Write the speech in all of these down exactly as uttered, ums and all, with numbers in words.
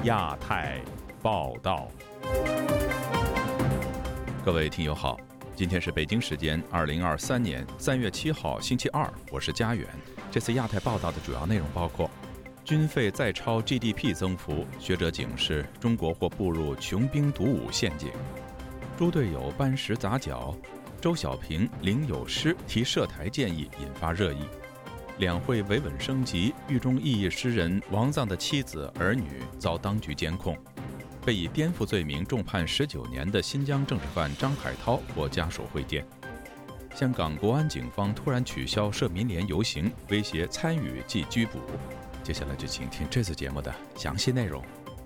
亚太报道。各位听友好，今天是北京时间二零二三年三月七号星期二，我是佳远。这次亚太报道的主要内容包括：军费再超 G D P 增幅，学者警示中国或步入穷兵黩武陷阱；猪队友搬石砸脚，周小平领有诗提涉台建议引发热议；两会维稳升级，狱中异议诗人王藏的妻子儿女遭当局监控；被以颠覆罪名重判十九年的新疆政治犯张海涛获家属会见；香港国安警方突然取消社民连游行，威胁参与即拘捕。接下来就请听这次节目的详细内容。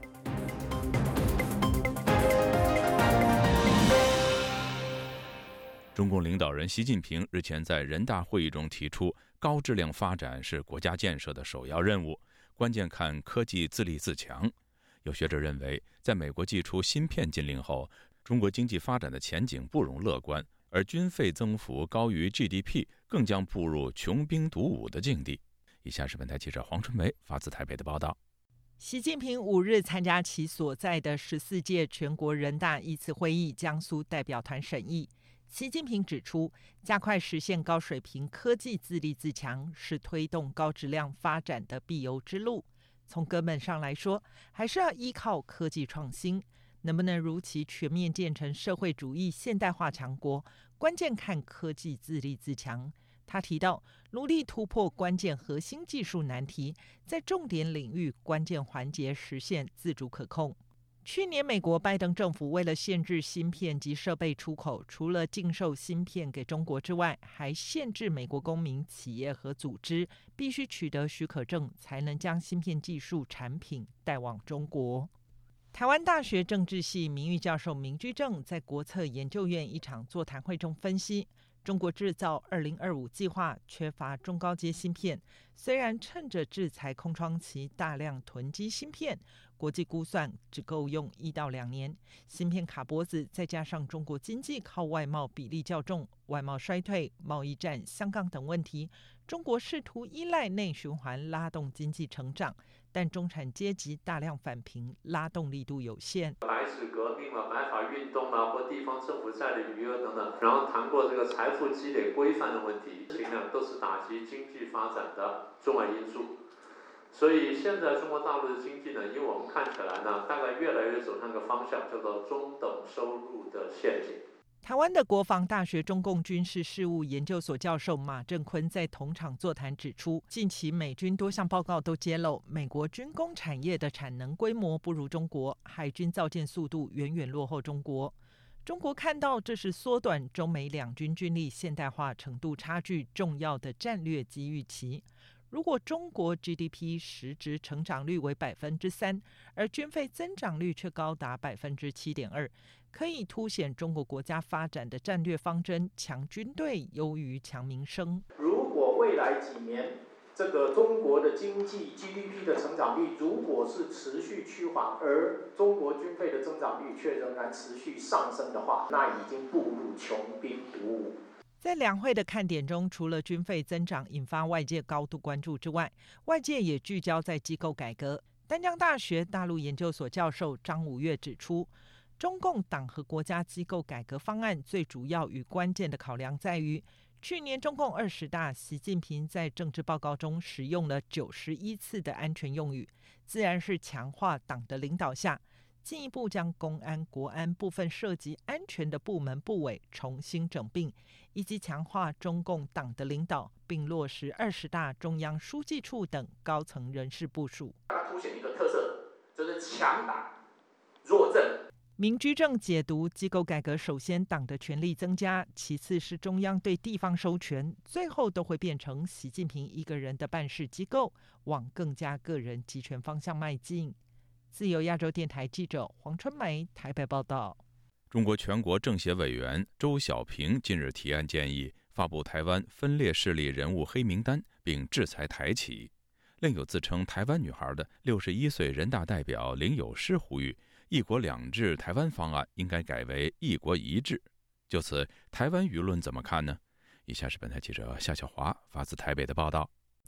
中共领导人习近平日前在人大会议中提出，高质量发展是国家建设的首要任务，关键看科技自立自强。有学者认为，在美国祭出芯片禁令后，中国经济发展的前景不容乐观，而军费增幅高于 G D P， 更将步入穷兵黩武的境地。以下是本台记者黄春梅发自台北的报道。 习近平五日参加其所在的十四届全国人大一次会议江苏代表团审议。习近平指出，加快实现高水平科技自立自强是推动高质量发展的必由之路。从根本上来说，还是要依靠科技创新。能不能如期全面建成社会主义现代化强国，关键看科技自立自强。他提到，努力突破关键核心技术难题，在重点领域关键环节实现自主可控。去年美国拜登政府为了限制芯片及设备出口，除了禁售芯片给中国之外，还限制美国公民、企业和组织必须取得许可证，才能将芯片技术产品带往中国。台湾大学政治系名誉教授明居正在国策研究院一场座谈会中分析，中国制造二零二五计划缺乏中高阶芯片，虽然趁着制裁空窗期大量囤积芯片，国际估算只够用一到两年。芯片卡脖子，再加上中国经济靠外贸比例较重，外贸衰退、贸易战、香港等问题，中国试图依赖内循环拉动经济成长，但中产阶级大量返贫，拉动力度有限。 白纸革命了、白法运动了，或地方政府债的余额等等，然后谈过这个财富积累规范的问题，这些呢都是打击经济发展的重要因素。所以现在中国大陆的经济呢，因为我们看起来呢，大概越来越走向一个方向，叫做中等收入的陷阱。 台湾的国防大学中共军事事务研究所教授马正坤在同场座谈指出，近期美军多项报告都揭露，美国军工产业的产能规模不如中国，海军造舰速度远远落后中国。中国看到这是缩短中美两军军力现代化程度差距重要的战略机遇期。如果中国 G D P 实质成长率为百分之三，而军费增长率却高达百分之七点二，可以凸显中国国家发展的战略方针：强军队优于强民生。 如果未来几年这个中国的经济 G D P 的成长率如果是持续趋缓，而中国军费的增长率却仍然持续上升的话，那已经步入穷兵黩武。 在两会的看点中，除了军费增长引发外界高度关注之外，外界也聚焦在机构改革。丹江大学大陆研究所教授张五岳指出，中共党和国家机构改革方案最主要与关键的考量在于，去年中共二十大，习近平在政治报告中使用了九十一次的安全用语，自然是强化党的领导下，进一步将公安、国安部分涉及安全的部门部委重新整并，以及强化中共党的领导，并落实二十大中央书记处等高层人事部署。 它凸显一个特色，就是强党弱政。 明居正解读，机构改革首先党的权力增加，其次是中央对地方收权，最后都会变成习近平一个人的办事机构，往更加个人集权方向迈进。自由亚洲电台记者黄春梅台北报道。 中国全国政协委员周小平近日提案建议发布台湾分裂势力人物黑名单，并制裁台企。另有自称台湾女孩的六十一岁人大代表林有诗呼吁，一国两制台湾方案应该改为一国一制。就此，台湾舆论怎么看呢？以下是本台记者夏小华发自台北的报道。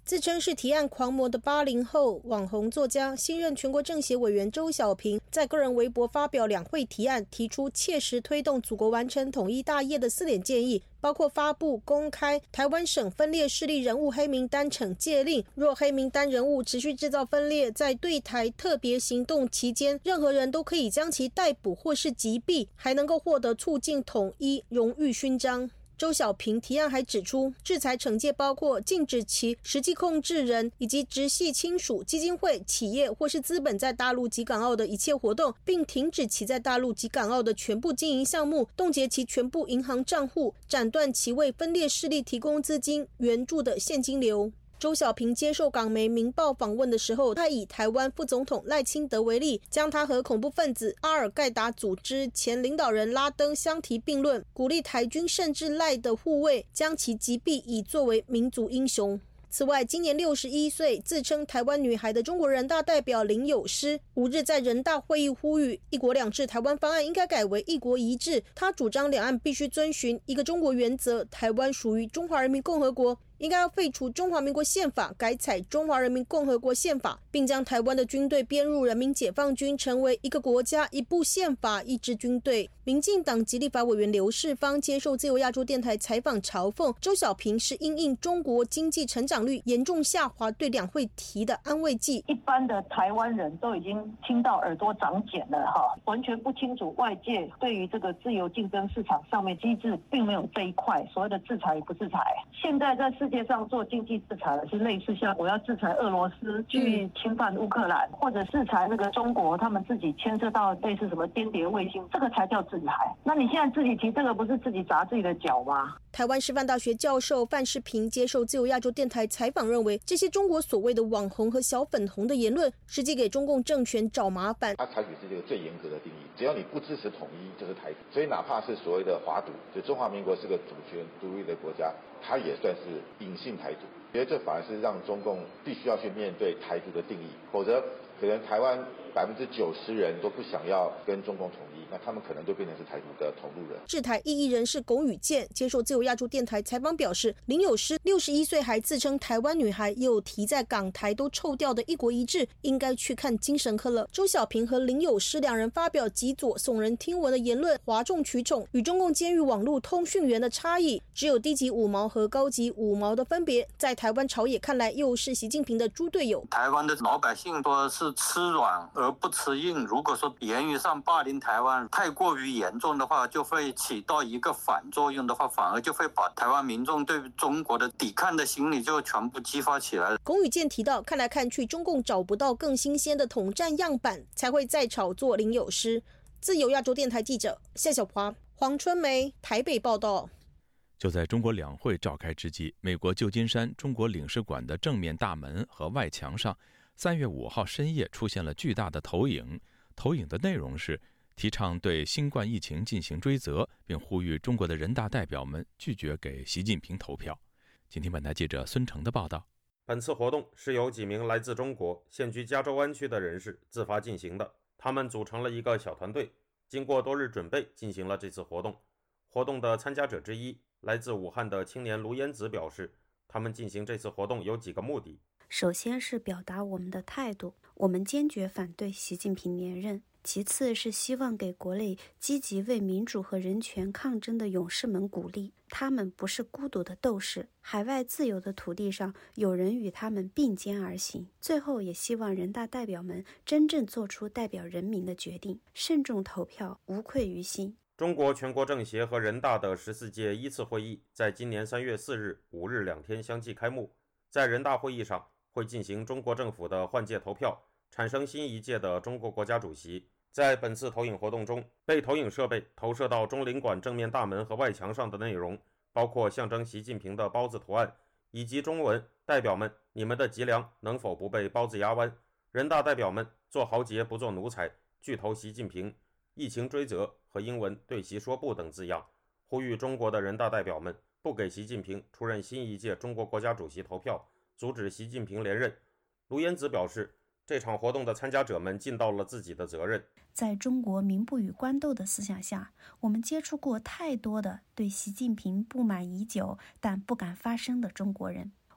自称是提案狂魔的八零后网红作家、新任全国政协委员周小平，在个人微博发表两会提案，提出切实推动祖国完成统一大业的四点建议，包括发布公开台湾省分裂势力人物黑名单惩戒令，若黑名单人物持续制造分裂，在对台特别行动期间，任何人都可以将其逮捕或是击毙，还能够获得促进统一荣誉勋章。周小平提案还指出，制裁惩戒包括禁止其实际控制人以及直系亲属、基金会、企业或是资本在大陆及港澳的一切活动，并停止其在大陆及港澳的全部经营项目，冻结其全部银行账户，斩断其为分裂势力提供资金援助的现金流。周小平接受港媒《明报》访问的时候，他以台湾副总统赖清德为例，将他和恐怖分子阿尔盖达组织前领导人拉登相提并论，鼓励台军甚至赖的护卫将其击毙，以作为民族英雄。此外，今年六十一岁、自称台湾女孩的中国人大代表林有诗，五日在人大会议呼吁，一国两制台湾方案应该改为一国一制。他主张两岸必须遵循一个中国原则，台湾属于中华人民共和国，应该要废除中华民国宪法，改采中华人民共和国宪法，并将台湾的军队编入人民解放军，成为一个国家、一部宪法、一支军队。民进党籍立法委员刘世芳接受自由亚洲电台采访，嘲讽周小平是因应中国经济成长率严重下滑对两会提的安慰剂。 一般的台湾人都已经听到耳朵长茧了哈，完全不清楚外界对于这个自由竞争市场上面机制并没有这一块，所谓的制裁与不制裁。现在在世界上做经济制裁的是类似像我要制裁俄罗斯去侵犯乌克兰，或者制裁那个中国他们自己牵涉到类似什么间谍卫星，这个才叫制裁。那你现在自己提这个，不是自己砸自己的脚吗？ 台湾师范大学教授范世平接受自由亚洲电台采访，认为这些中国所谓的网红和小粉红的言论，实际给中共政权找麻烦。 他采取是这个最严格的定义，只要你不支持统一，就是台独。所以哪怕是所谓的华独，就中华民国是个主权独立的国家，它也算是隐性台独。觉得这反而是让中共必须要去面对台独的定义，否则可能台湾百分之九十人都不想要跟中共统一，那他们可能都变成是台独的同路人。 治台异议人士龚宇健接受自由亚洲电台采访表示，林有诗六十一岁还自称台湾女孩，也有提在港台都臭掉的一国一制，应该去看精神科了。周小平和林有诗两人发表极左耸人听闻的言论，哗众取宠，与中共监狱网络通讯员的差异只有低级五毛和高级五毛的分别，在台湾朝野看来又是习近平的猪队友。 台湾的老百姓说是吃软而不吃硬，如果说言语上霸凌台湾太过于严重的话，就会起到一个反作用的话，反而就会把台湾民众对中国的抵抗的心理就全部激发起来。 龚宇健提到，看来看去中共找不到更新鲜的统战样板，才会再炒作林有诗。自由亚洲电台记者夏小华、黄春梅台北报道。 就在中国两会召开之际，美国旧金山中国领事馆的正面大门和外墙上，三月五号深夜出现了巨大的投影。投影的内容是提倡对新冠疫情进行追责，并呼吁中国的人大代表们拒绝给习近平投票。请听本台记者孙成的报道。 本次活动是由几名来自中国、现居加州湾区的人士自发进行的，他们组成了一个小团队，经过多日准备进行了这次活动。活动的参加者之一，来自武汉的青年卢烟子表示，他们进行这次活动有几个目的。 首先是表达我们的态度，我们坚决反对习近平连任。其次是希望给国内积极为民主和人权抗争的勇士们鼓励，他们不是孤独的斗士，海外自由的土地上有人与他们并肩而行。最后也希望人大代表们真正做出代表人民的决定，慎重投票，无愧于心。 中国全国政协和人大的十四届一次会议在今年三月四日、五日两天相继开幕。在人大会议上会进行中国政府的换届投票，产生新一届的中国国家主席。在本次投影活动中，被投影设备投射到中领馆正面大门和外墙上的内容，包括象征习近平的包子图案，以及中文代表们，你们的脊梁能否不被包子压弯？人大代表们，做豪杰不做奴才，拒投习近平，疫情追责和英文对习说不等字样，呼吁中国的人大代表们不给习近平出任新一届中国国家主席投票，阻止习近平连任。卢烟子表示，这场活动的参加者们尽到了自己的责任。 在中国民不与官斗的思想下，我们接触过太多的对习近平不满已久但不敢发声的中国人。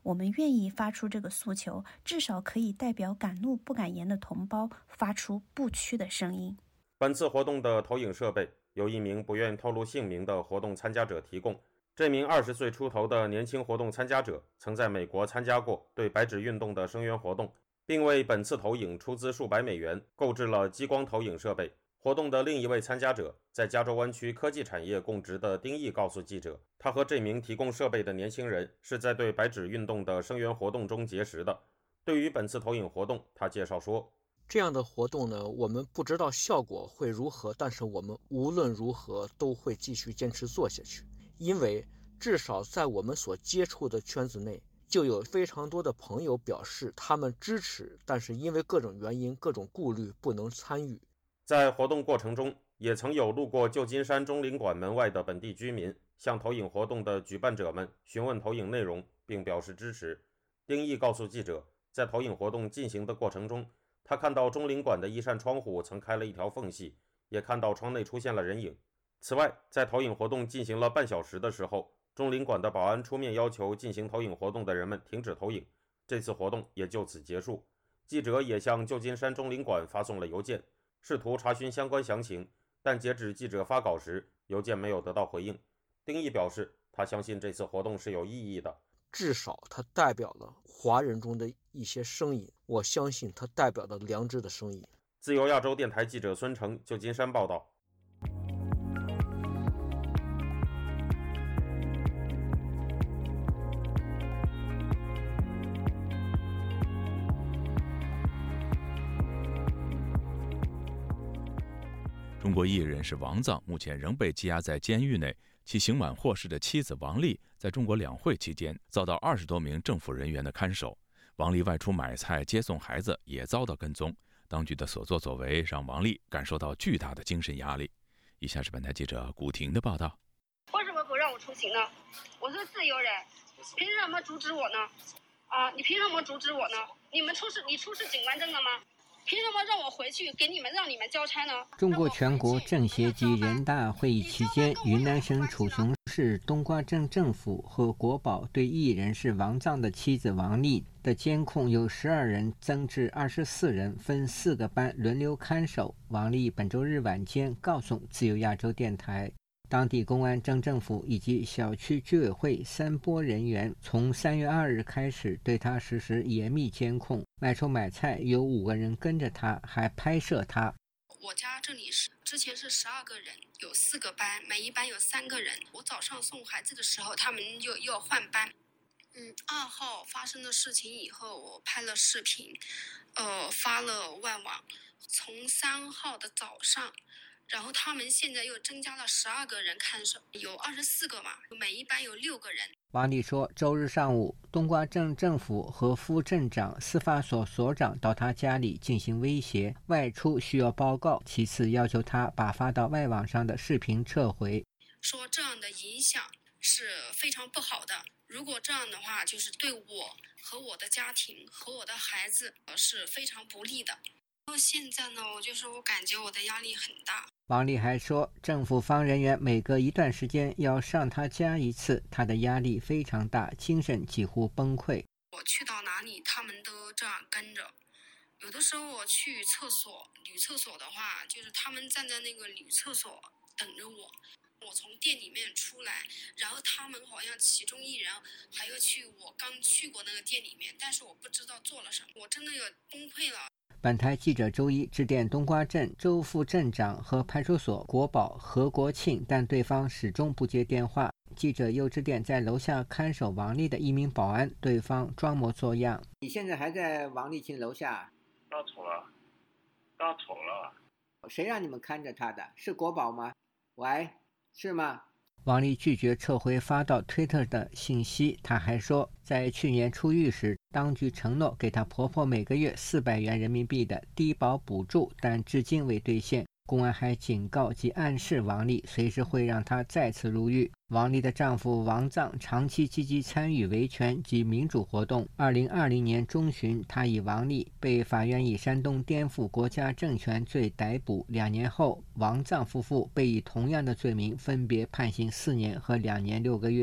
我们愿意发出这个诉求，至少可以代表敢怒不敢言的同胞发出不屈的声音。 本次活动的投影设备由一名不愿透露姓名的活动参加者提供。这名二十岁出头的年轻活动参加者曾在美国参加过对白纸运动的声援活动，并为本次投影出资数百美元购置了激光投影设备。活动的另一位参加者在加州湾区科技产业供职的丁毅告诉记者，他和这名提供设备的年轻人是在对白纸运动的声援活动中结识的。对于本次投影活动，他介绍说， 这样的活动呢，我们不知道效果会如何，但是我们无论如何都会继续坚持做下去，因为至少在我们所接触的圈子内，就有非常多的朋友表示他们支持，但是因为各种原因、各种顾虑不能参与。 在活动过程中，也曾有路过旧金山中领馆门外的本地居民向投影活动的举办者们询问投影内容，并表示支持。丁毅告诉记者，在投影活动进行的过程中，他看到中领馆的一扇窗户曾开了一条缝隙，也看到窗内出现了人影。此外，在投影活动进行了半小时的时候，中领馆的保安出面要求进行投影活动的人们停止投影，这次活动也就此结束。记者也向旧金山中领馆发送了邮件，试图查询相关详情，但截止记者发稿时，邮件没有得到回应。丁毅表示，他相信这次活动是有意义的， 至少它代表了华人中的一些声音，我相信它代表了良知的声音。 自由亚洲电台记者孙成，旧金山报道。 中国艺人是王藏，目前仍被羁押在监狱内。其刑满获释的妻子王丽，在中国两会期间遭到二十多名政府人员的看守。王丽外出买菜、接送孩子，也遭到跟踪。当局的所作所为让王丽感受到巨大的精神压力。以下是本台记者古婷的报道。 为什么不让我出行呢？我是自由人，凭什么阻止我呢？啊，你凭什么阻止我呢？你们出示你出示警官证了吗？凭什么让我回去给你们让你们交差呢？ 中国全国政协及人大会议期间，云南省楚雄市冬瓜镇政府和国保对艺人是王藏的妻子王丽的监控由十二人增至二十四人，分四个班轮流看守。王丽本周日晚间告诉自由亚洲电台，当地公安、镇政府以及小区居委会三拨人员从三月二日开始对他实施严密监控。外出买菜有五个人跟着他，还拍摄他。 我家这里是之前是十二个人，有四个班，每一班有三个人。我早上送孩子的时候，他们就要换班。嗯，二号发生的事情以后，我拍了视频，呃，发了外网。从三号的早上。然后他们现在又增加了十二个人看守，有二十四个嘛，每一班有六个人。 王丽说，周日上午，冬瓜镇政府和副镇长、司法所所长到他家里进行威胁，外出需要报告，其次要求他把发到外网上的视频撤回， 说这样的影响是非常不好的。如果这样的话，就是对我和我的家庭和我的孩子是非常不利的。现在呢，我就是我感觉我的压力很大。 王丽还说，政府方人员每隔一段时间要上他家一次，他的压力非常大，精神几乎崩溃。 我去到哪里，他们都这样跟着。有的时候我去厕所，女厕所的话，就是他们站在那个女厕所等着我。我从店里面出来，然后他们好像其中一人还要去我刚去过那个店里面，但是我不知道做了什么，我真的要崩溃了。 本台记者周一致电冬瓜镇周副镇长和派出所国保何国庆，但对方始终不接电话。记者又致电在楼下看守王丽的一名保安，对方装模作样。你现在还在王丽清楼下？ 到处了，到处了。 谁让你们看着他的？是国保吗？喂，是吗？王丽拒绝撤回发到推特的信息。她还说，在去年出狱时，当局承诺给她婆婆每个月四百元人民币的低保补助，但至今未兑现。公安还警告及暗示王丽随时会让她再次入狱。王丽的丈夫王藏长期积极参与维权及民主活动。二零二零年中旬，他与王丽被法院以煽动颠覆国家政权罪逮捕。两年后，王藏夫妇被以同样的罪名分别判刑四年和两年六个月。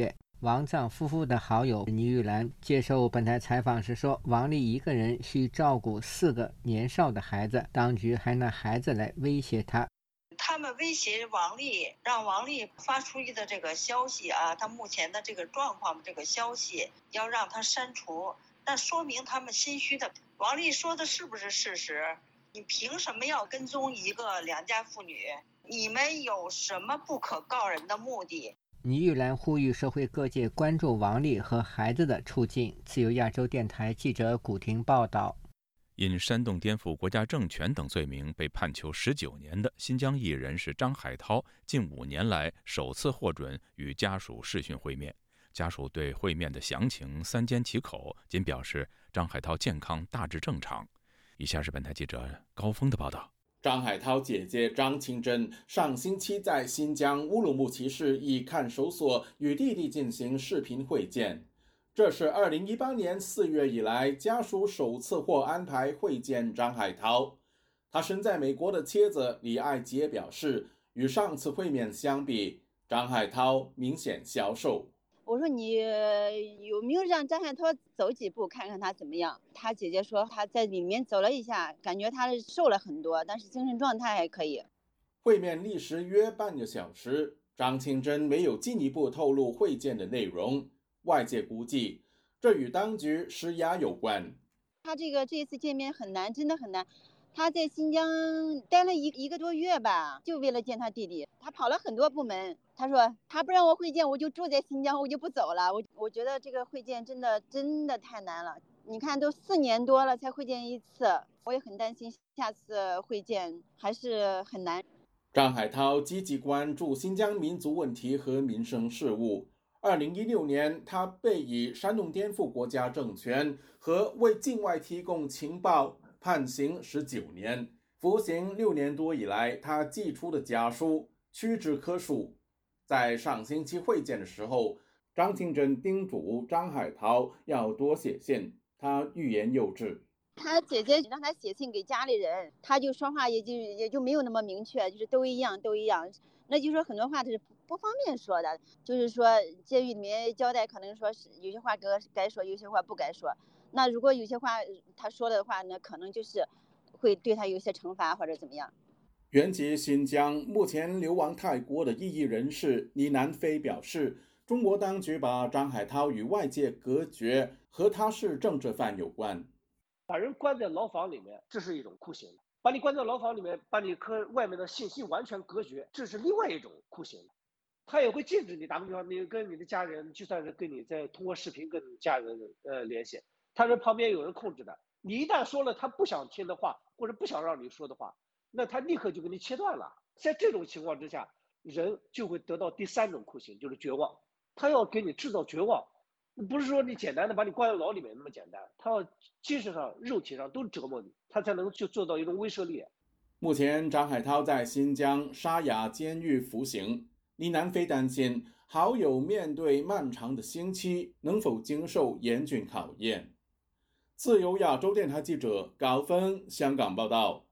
王藏夫妇的好友倪玉兰接受本台采访时说，王丽一个人需照顾四个年少的孩子，当局还拿孩子来威胁他。 他们威胁王丽，让王丽发出去的这个消息啊，他目前的这个状况这个消息要让他删除，那说明他们心虚的。王丽说的是不是事实？你凭什么要跟踪一个良家妇女？你们有什么不可告人的目的？ 倪玉兰呼吁社会各界关注王丽和孩子的处境。自由亚洲电台记者古婷报道。 因煽动颠覆国家政权等罪名被判囚十九年的新疆艺人是张海涛，近五年来首次获准与家属视讯会面。家属对会面的详情三缄其口，仅表示张海涛健康大致正常。以下是本台记者高峰的报道。 张海涛姐姐张清真上星期在新疆乌鲁木齐市一看守所与弟弟进行视频会见，这是二零一八年四月以来家属首次获安排会见张海涛。他身在美国的妻子李爱杰表示，与上次会面相比，张海涛明显消瘦。 我说你有没有让张海涛走几步看看他怎么样？他姐姐说他在里面走了一下，感觉他瘦了很多，但是精神状态还可以。 会面历时约半个小时，张清真没有进一步透露会见的内容。外界估计这与当局施压有关。 他这个这一次见面很难，真的很难。他在新疆待了一一个多月吧，就为了见他弟弟，他跑了很多部门。他说他不让我会见，我就住在新疆，我就不走了。我我觉得这个会见真的真的太难了。你看都四年多了才会见一次，我也很担心下次会见还是很难。 张海涛积极关注新疆民族问题和民生事务。二零一六年，他被以煽动颠覆国家政权和为境外提供情报判刑十九年，服刑六年多以来，他寄出的家书屈指可数。在上星期会见的时候，张清真叮嘱张海涛要多写信，他欲言又止。 他姐姐让他写信给家里人，他就说话也就也就没有那么明确，就是都一样都一样。那就说很多话他是不方便说的，就是说监狱里面交代，可能说是有些话该说，有些话不该说。那如果有些话他说的话呢，可能就是会对他有些惩罚或者怎么样。 原籍新疆、目前流亡泰国的异议人士倪南飞表示，中国当局把张海涛与外界隔绝，和他是政治犯有关。 把人关在牢房里面，这是一种酷刑；把你关在牢房里面，把你和外面的信息完全隔绝，这是另外一种酷刑。他也会禁止你，打个比方，你跟你的家人，就算是跟你在通过视频跟家人呃联系，他是旁边有人控制的。你一旦说了他不想听的话，或者不想让你说的话，那他立刻就给你切断了。在这种情况之下，人就会得到第三种酷刑，就是绝望。他要给你制造绝望，不是说你简单的把你关在牢里面那么简单，他要精神上、肉体上都折磨你，他才能就做到一种威慑力。 目前，张海涛在新疆沙雅监狱服刑。倪南飞担心好友面对漫长的刑期能否经受严峻考验。自由亚洲电台记者高峰香港报道。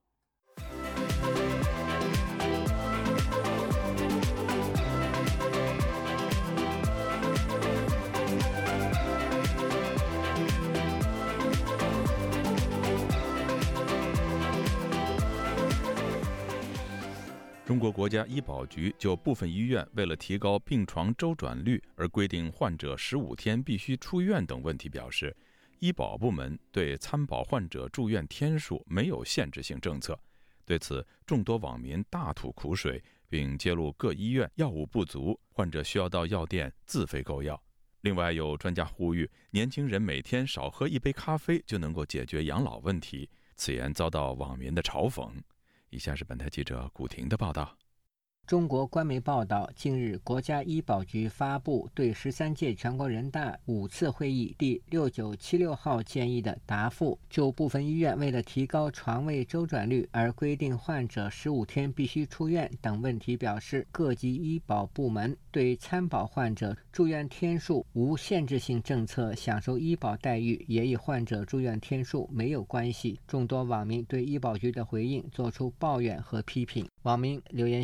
中国国家医保局就部分医院为了提高病床周转率而规定患者十五天必须出院等问题表示，医保部门对参保患者住院天数没有限制性政策。对此，众多网民大吐苦水，并揭露各医院药物不足，患者需要到药店自费购药。另外，有专家呼吁，年轻人每天少喝一杯咖啡就能够解决养老问题，此言遭到网民的嘲讽。以下是本台记者古婷的报道。 中国官媒报道，近日国家医保局发布对十三届全国人大五次会议第六九七六号建议的答复，就部分医院为了提高床位周转率而规定患者十五天必须出院等问题表示，各级医保部门对参保患者住院天数无限制性政策，享受医保待遇也与患者住院天数没有关系。众多网民对医保局的回应作出抱怨和批评。网民留言写道：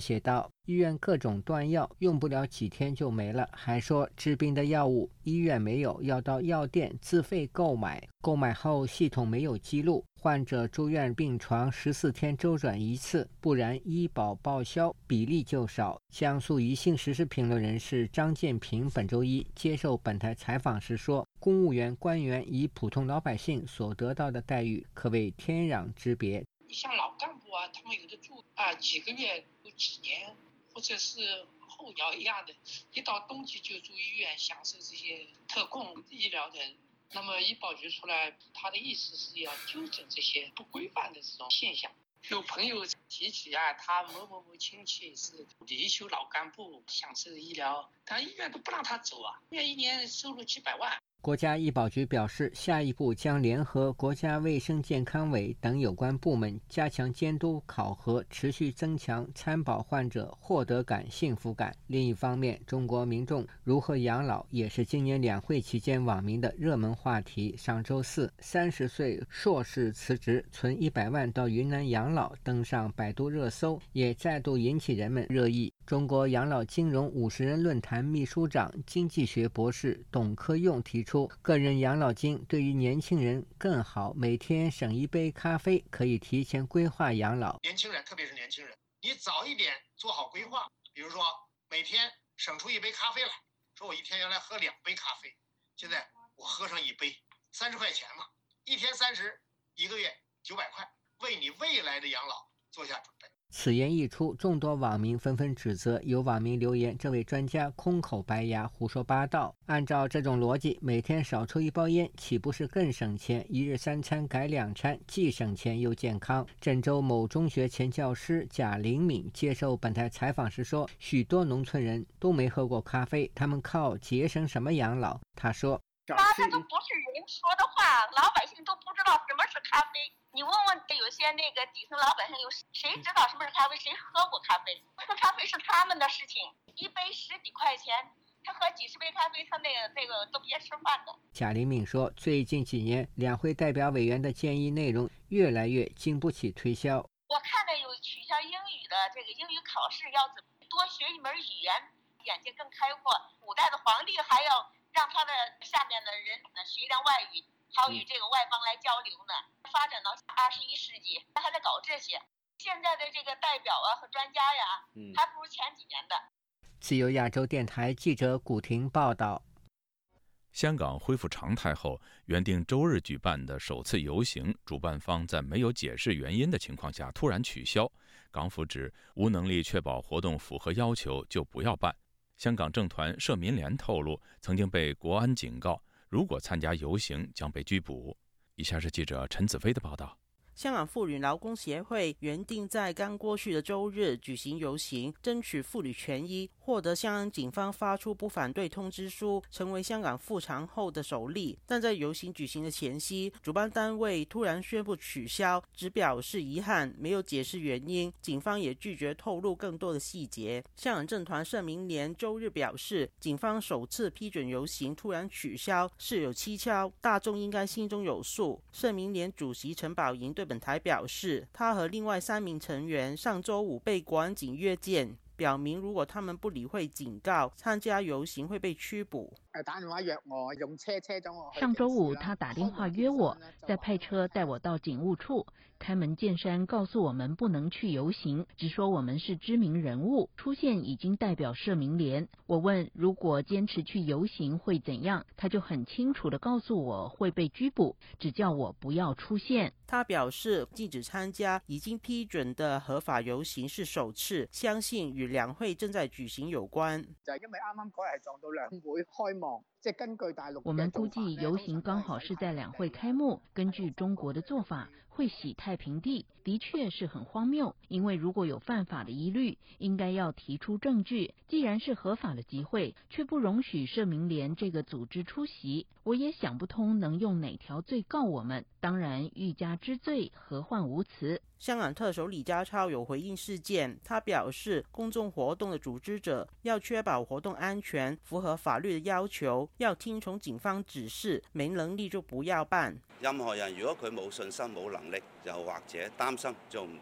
药，医院各种断药用不了几天就没了，还说治病的药物医院没有，要到药店自费购买，购买后系统没有记录，患者住院病床十四天周转一次，不然医保报销比例就少。江苏宜兴时事评论人士张建平本周一接受本台采访时说，公务员官员与普通老百姓所得到的待遇可谓天壤之别。 像老干部啊，他们有的住啊几个月、有几年，或者是候鸟一样的，一到冬季就住医院享受这些特供医疗的。那么医保局出来，他的意思是要纠正这些不规范的这种现象。有朋友提起啊，他某某某亲戚是离休老干部享受医疗，但医院都不让他走啊，医院一年收入几百万。 国家医保局表示，下一步将联合国家卫生健康委等有关部门，加强监督考核，持续增强参保患者获得感、幸福感。另一方面，中国民众如何养老也是今年两会期间网民的热门话题。上周四，三十岁硕士辞职，存一百万到云南养老，登上百度热搜，也再度引起人们热议。中国养老金融五十人论坛秘书长、经济学博士董科用提出，个人养老金对于年轻人更好，每天省一杯咖啡，可以提前规划养老。 年轻人，特别是年轻人，你早一点做好规划，比如说每天省出一杯咖啡来，说我一天原来喝两杯咖啡，现在我喝上一杯，三十块钱嘛，一天三十，一个月九百块，为你未来的养老做下准备。 此言一出，众多网民纷纷指责，有网民留言，这位专家空口白牙，胡说八道。按照这种逻辑，每天少抽一包烟，岂不是更省钱？一日三餐改两餐，既省钱又健康。郑州某中学前教师贾灵敏接受本台采访时说，许多农村人都没喝过咖啡，他们靠节省什么养老？他说， 那这都不是人说的话，老百姓都不知道什么是咖啡。你问问有些那个底层老百姓，有谁知道什么是咖啡？谁喝过咖啡？喝咖啡是他们的事情，一杯十几块钱，他喝几十杯咖啡，他那个那个都别吃饭的。 贾灵敏说，最近几年两会代表委员的建议内容越来越经不起推销。 我看到有取消英语的这个英语考试，要怎么多学一门语言，眼界更开阔。古代的皇帝还要让他的下面的人呢学一点外语，好与这个外邦来交流呢。发展到二十一世纪，他还在搞这些。现在的这个代表啊和专家呀，嗯、还不如前几年的。 自由亚洲电台记者古婷报道。 香港恢复常态后，原定周日举办的首次游行，主办方在没有解释原因的情况下突然取消。港府指无能力确保活动符合要求，就不要办。香港政团社民联透露，曾经被国安警告，如果参加游行将被拘捕。以下是记者陈子飞的报道。 香港妇女劳工协会原定在刚过去的周日举行游行，争取妇女权益，获得香港警方发出不反对通知书，成为香港复常后的首例。但在游行举行的前夕，主办单位突然宣布取消，只表示遗憾，没有解释原因。警方也拒绝透露更多的细节。香港政团社民联周日表示，警方首次批准游行突然取消是有蹊跷，大众应该心中有数。社民联主席陈宝莹对本台表示，他和另外三名成员上周五被国安警约见，表明如果他们不理会警告，参加游行会被拘捕。 打電話約我，用車車咗我。 上周五他打電話約我，再派車帶我到警務處。開門見山告訴我們不能去遊行，只說我們是知名人物，出現已經代表社民連。我問如果堅持去遊行會怎樣，他就很清楚地告訴我會被拘捕，只叫我不要出現。 他表示禁止參加已經批准的合法遊行是首次，相信與兩會正在舉行有關。 就係因為啱啱嗰日撞到兩會開幕。 我們估計遊行剛好是在兩會開幕，根據中國的做法會洗太平地，的確是很荒謬，因為如果有犯法的疑慮，應該要提出證據。既然是合法的集會，卻不容許社民連這個組織出席，我也想不通能用哪條罪告我們。當然欲加之罪，何患無辭。 香港特首李家超有回應事件，他表示公眾活動的組織者要確保活動安全，符合法律的要求，要聽從警方指示，沒能力就不要辦。 任何人如果佢冇信心冇能力，又或者擔心做唔到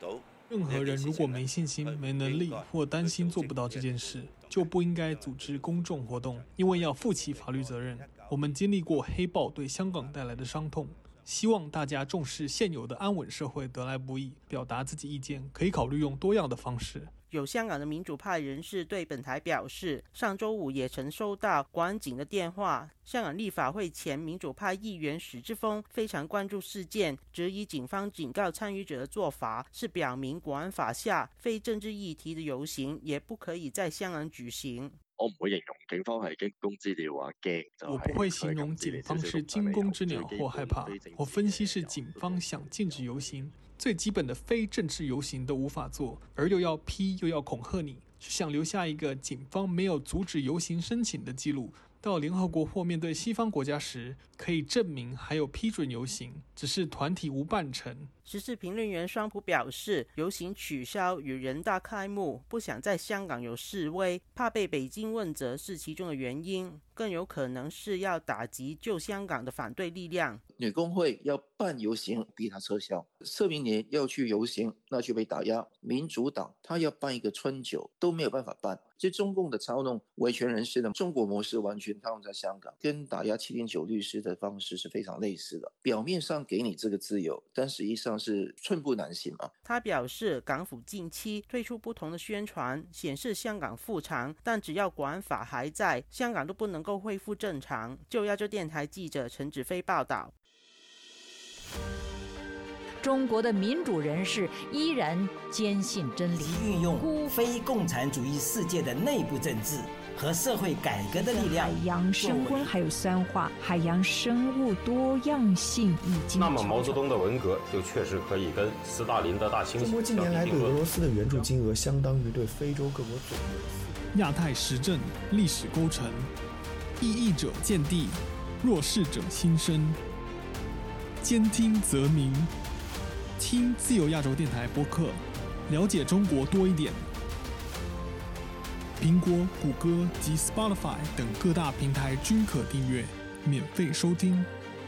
任何人如果没信心、没能力或担心做不到这件事，就不应该组织公众活动，因为要负起法律责任。我们经历过黑暴对香港带来的伤痛，希望大家重视现有的安稳社会得来不易，表达自己意见可以考虑用多样的方式。 有香港的民主派人士对本台表示，上周五也曾收到国安警的电话。香港立法会前民主派议员史之锋非常关注事件，质疑警方警告参与者的做法是表明国安法下非政治议题的游行也不可以在香港举行。 我唔會形容警方係驚弓之鳥啊，驚就係。 我不會形容警方是驚弓之鳥或害怕，我分析是警方想禁止遊行。最基本的非政治游行都无法做，而又要批又要恐吓你，是想留下一个警方没有阻止游行申请的记录，到联合国或面对西方国家时可以证明还有批准游行，只是团体无办成。 时事评论员双普表示，游行取消与人大开幕，不想在香港有示威，怕被北京问责是其中的原因，更有可能是要打击救香港的反对力量。 女工会要办游行，逼他撤销；社民连要去游行，那就被打压。民主党他要办一个春酒，都没有办法办。这中共的操弄维权人士的中国模式完全套用在香港，跟打压七零九律师的方式是非常类似的。表面上给你这个自由，但实际上是寸步难行嘛。 他表示，港府近期推出不同的宣传，显示香港复常，但只要国安法还在，香港都不能够恢复正常。就亚洲电台记者陈子飞报道。 中国的民主人士依然坚信真理， 运用非共产主义世界的内部政治和社会改革的力量， 海洋升温还有酸化，海洋生物多样性已经。 那么毛泽东的文革就确实可以跟斯大林的大猩猩。 中国近年来对俄罗斯的援助金额相当于对非洲各国总和。 亚太时政历史构成，异议者见地，弱势者心声。兼听则明，听自由亚洲电台播客，了解中国多一点。苹果、谷歌及 Spotify 等各大平台均可订阅，免费收听。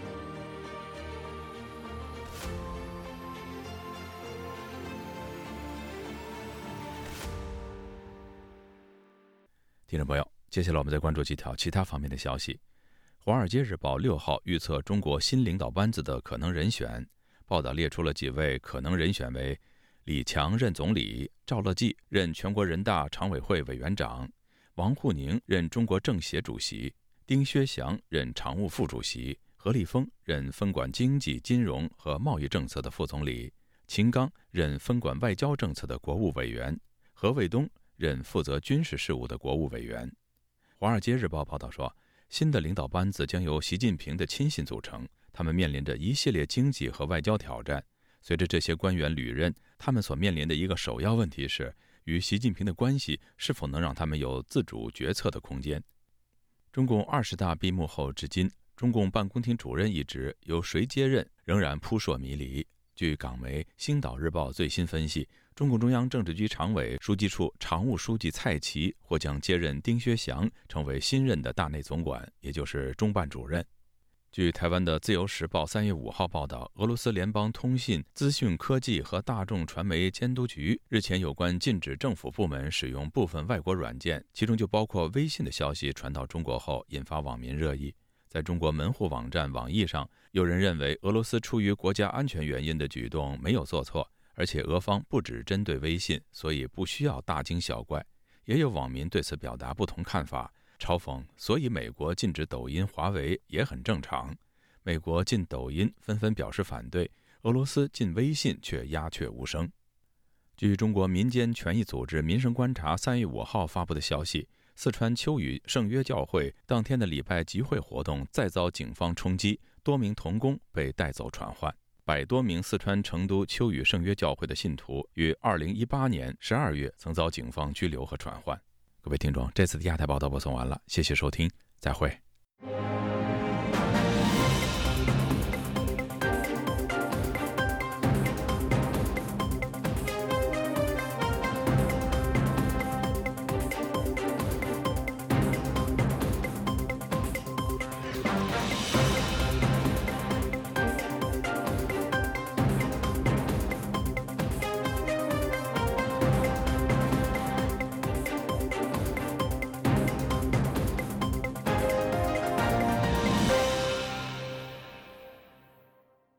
听众朋友，接下来我们再关注几条其他方面的消息。《华尔街日报》六号预测中国新领导班子的可能人选，报道列出了几位可能人选为：李强任总理，赵乐际任全国人大常委会委员长，王沪宁任中国政协主席，丁薛祥任常务副主席，何立峰任分管经济、金融和贸易政策的副总理，秦刚任分管外交政策的国务委员，何卫东任负责军事事务的国务委员。《华尔街日报》报道说，新的领导班子将由习近平的亲信组成，他们面临着一系列经济和外交挑战。随着这些官员履任，他们所面临的一个首要问题是，与习近平的关系是否能让他们有自主决策的空间。中共二十大闭幕后至今，中共办公厅主任一职由谁接任仍然扑朔迷离。据港媒《星岛日报》最新分析，中共中央政治局常委、书记处常务书记蔡奇或将接任丁薛祥成为新任的大内总管，也就是中办主任。据台湾的《自由时报》三月五号报道，俄罗斯联邦通信、资讯科技和大众传媒监督局日前有关禁止政府部门使用部分外国软件，其中就包括微信的消息传到中国后，引发网民热议。在中国门户网站网易上，有人认为俄罗斯出于国家安全原因的举动没有做错，而且俄方不只针对微信，所以不需要大惊小怪。也有网民对此表达不同看法，嘲讽所以美国禁止抖音、华为也很正常。美国禁抖音纷纷表示反对，俄罗斯禁微信却鸦雀无声。据中国民间权益组织民生观察三月五号发布的消息，四川秋雨圣约教会当天的礼拜集会活动再遭警方冲击，多名同工被带走传唤。百多名四川成都秋雨圣约教会的信徒于二零一八年十二月曾遭警方拘留和传唤。各位听众，这次的亚太报道播送完了，谢谢收听，再会。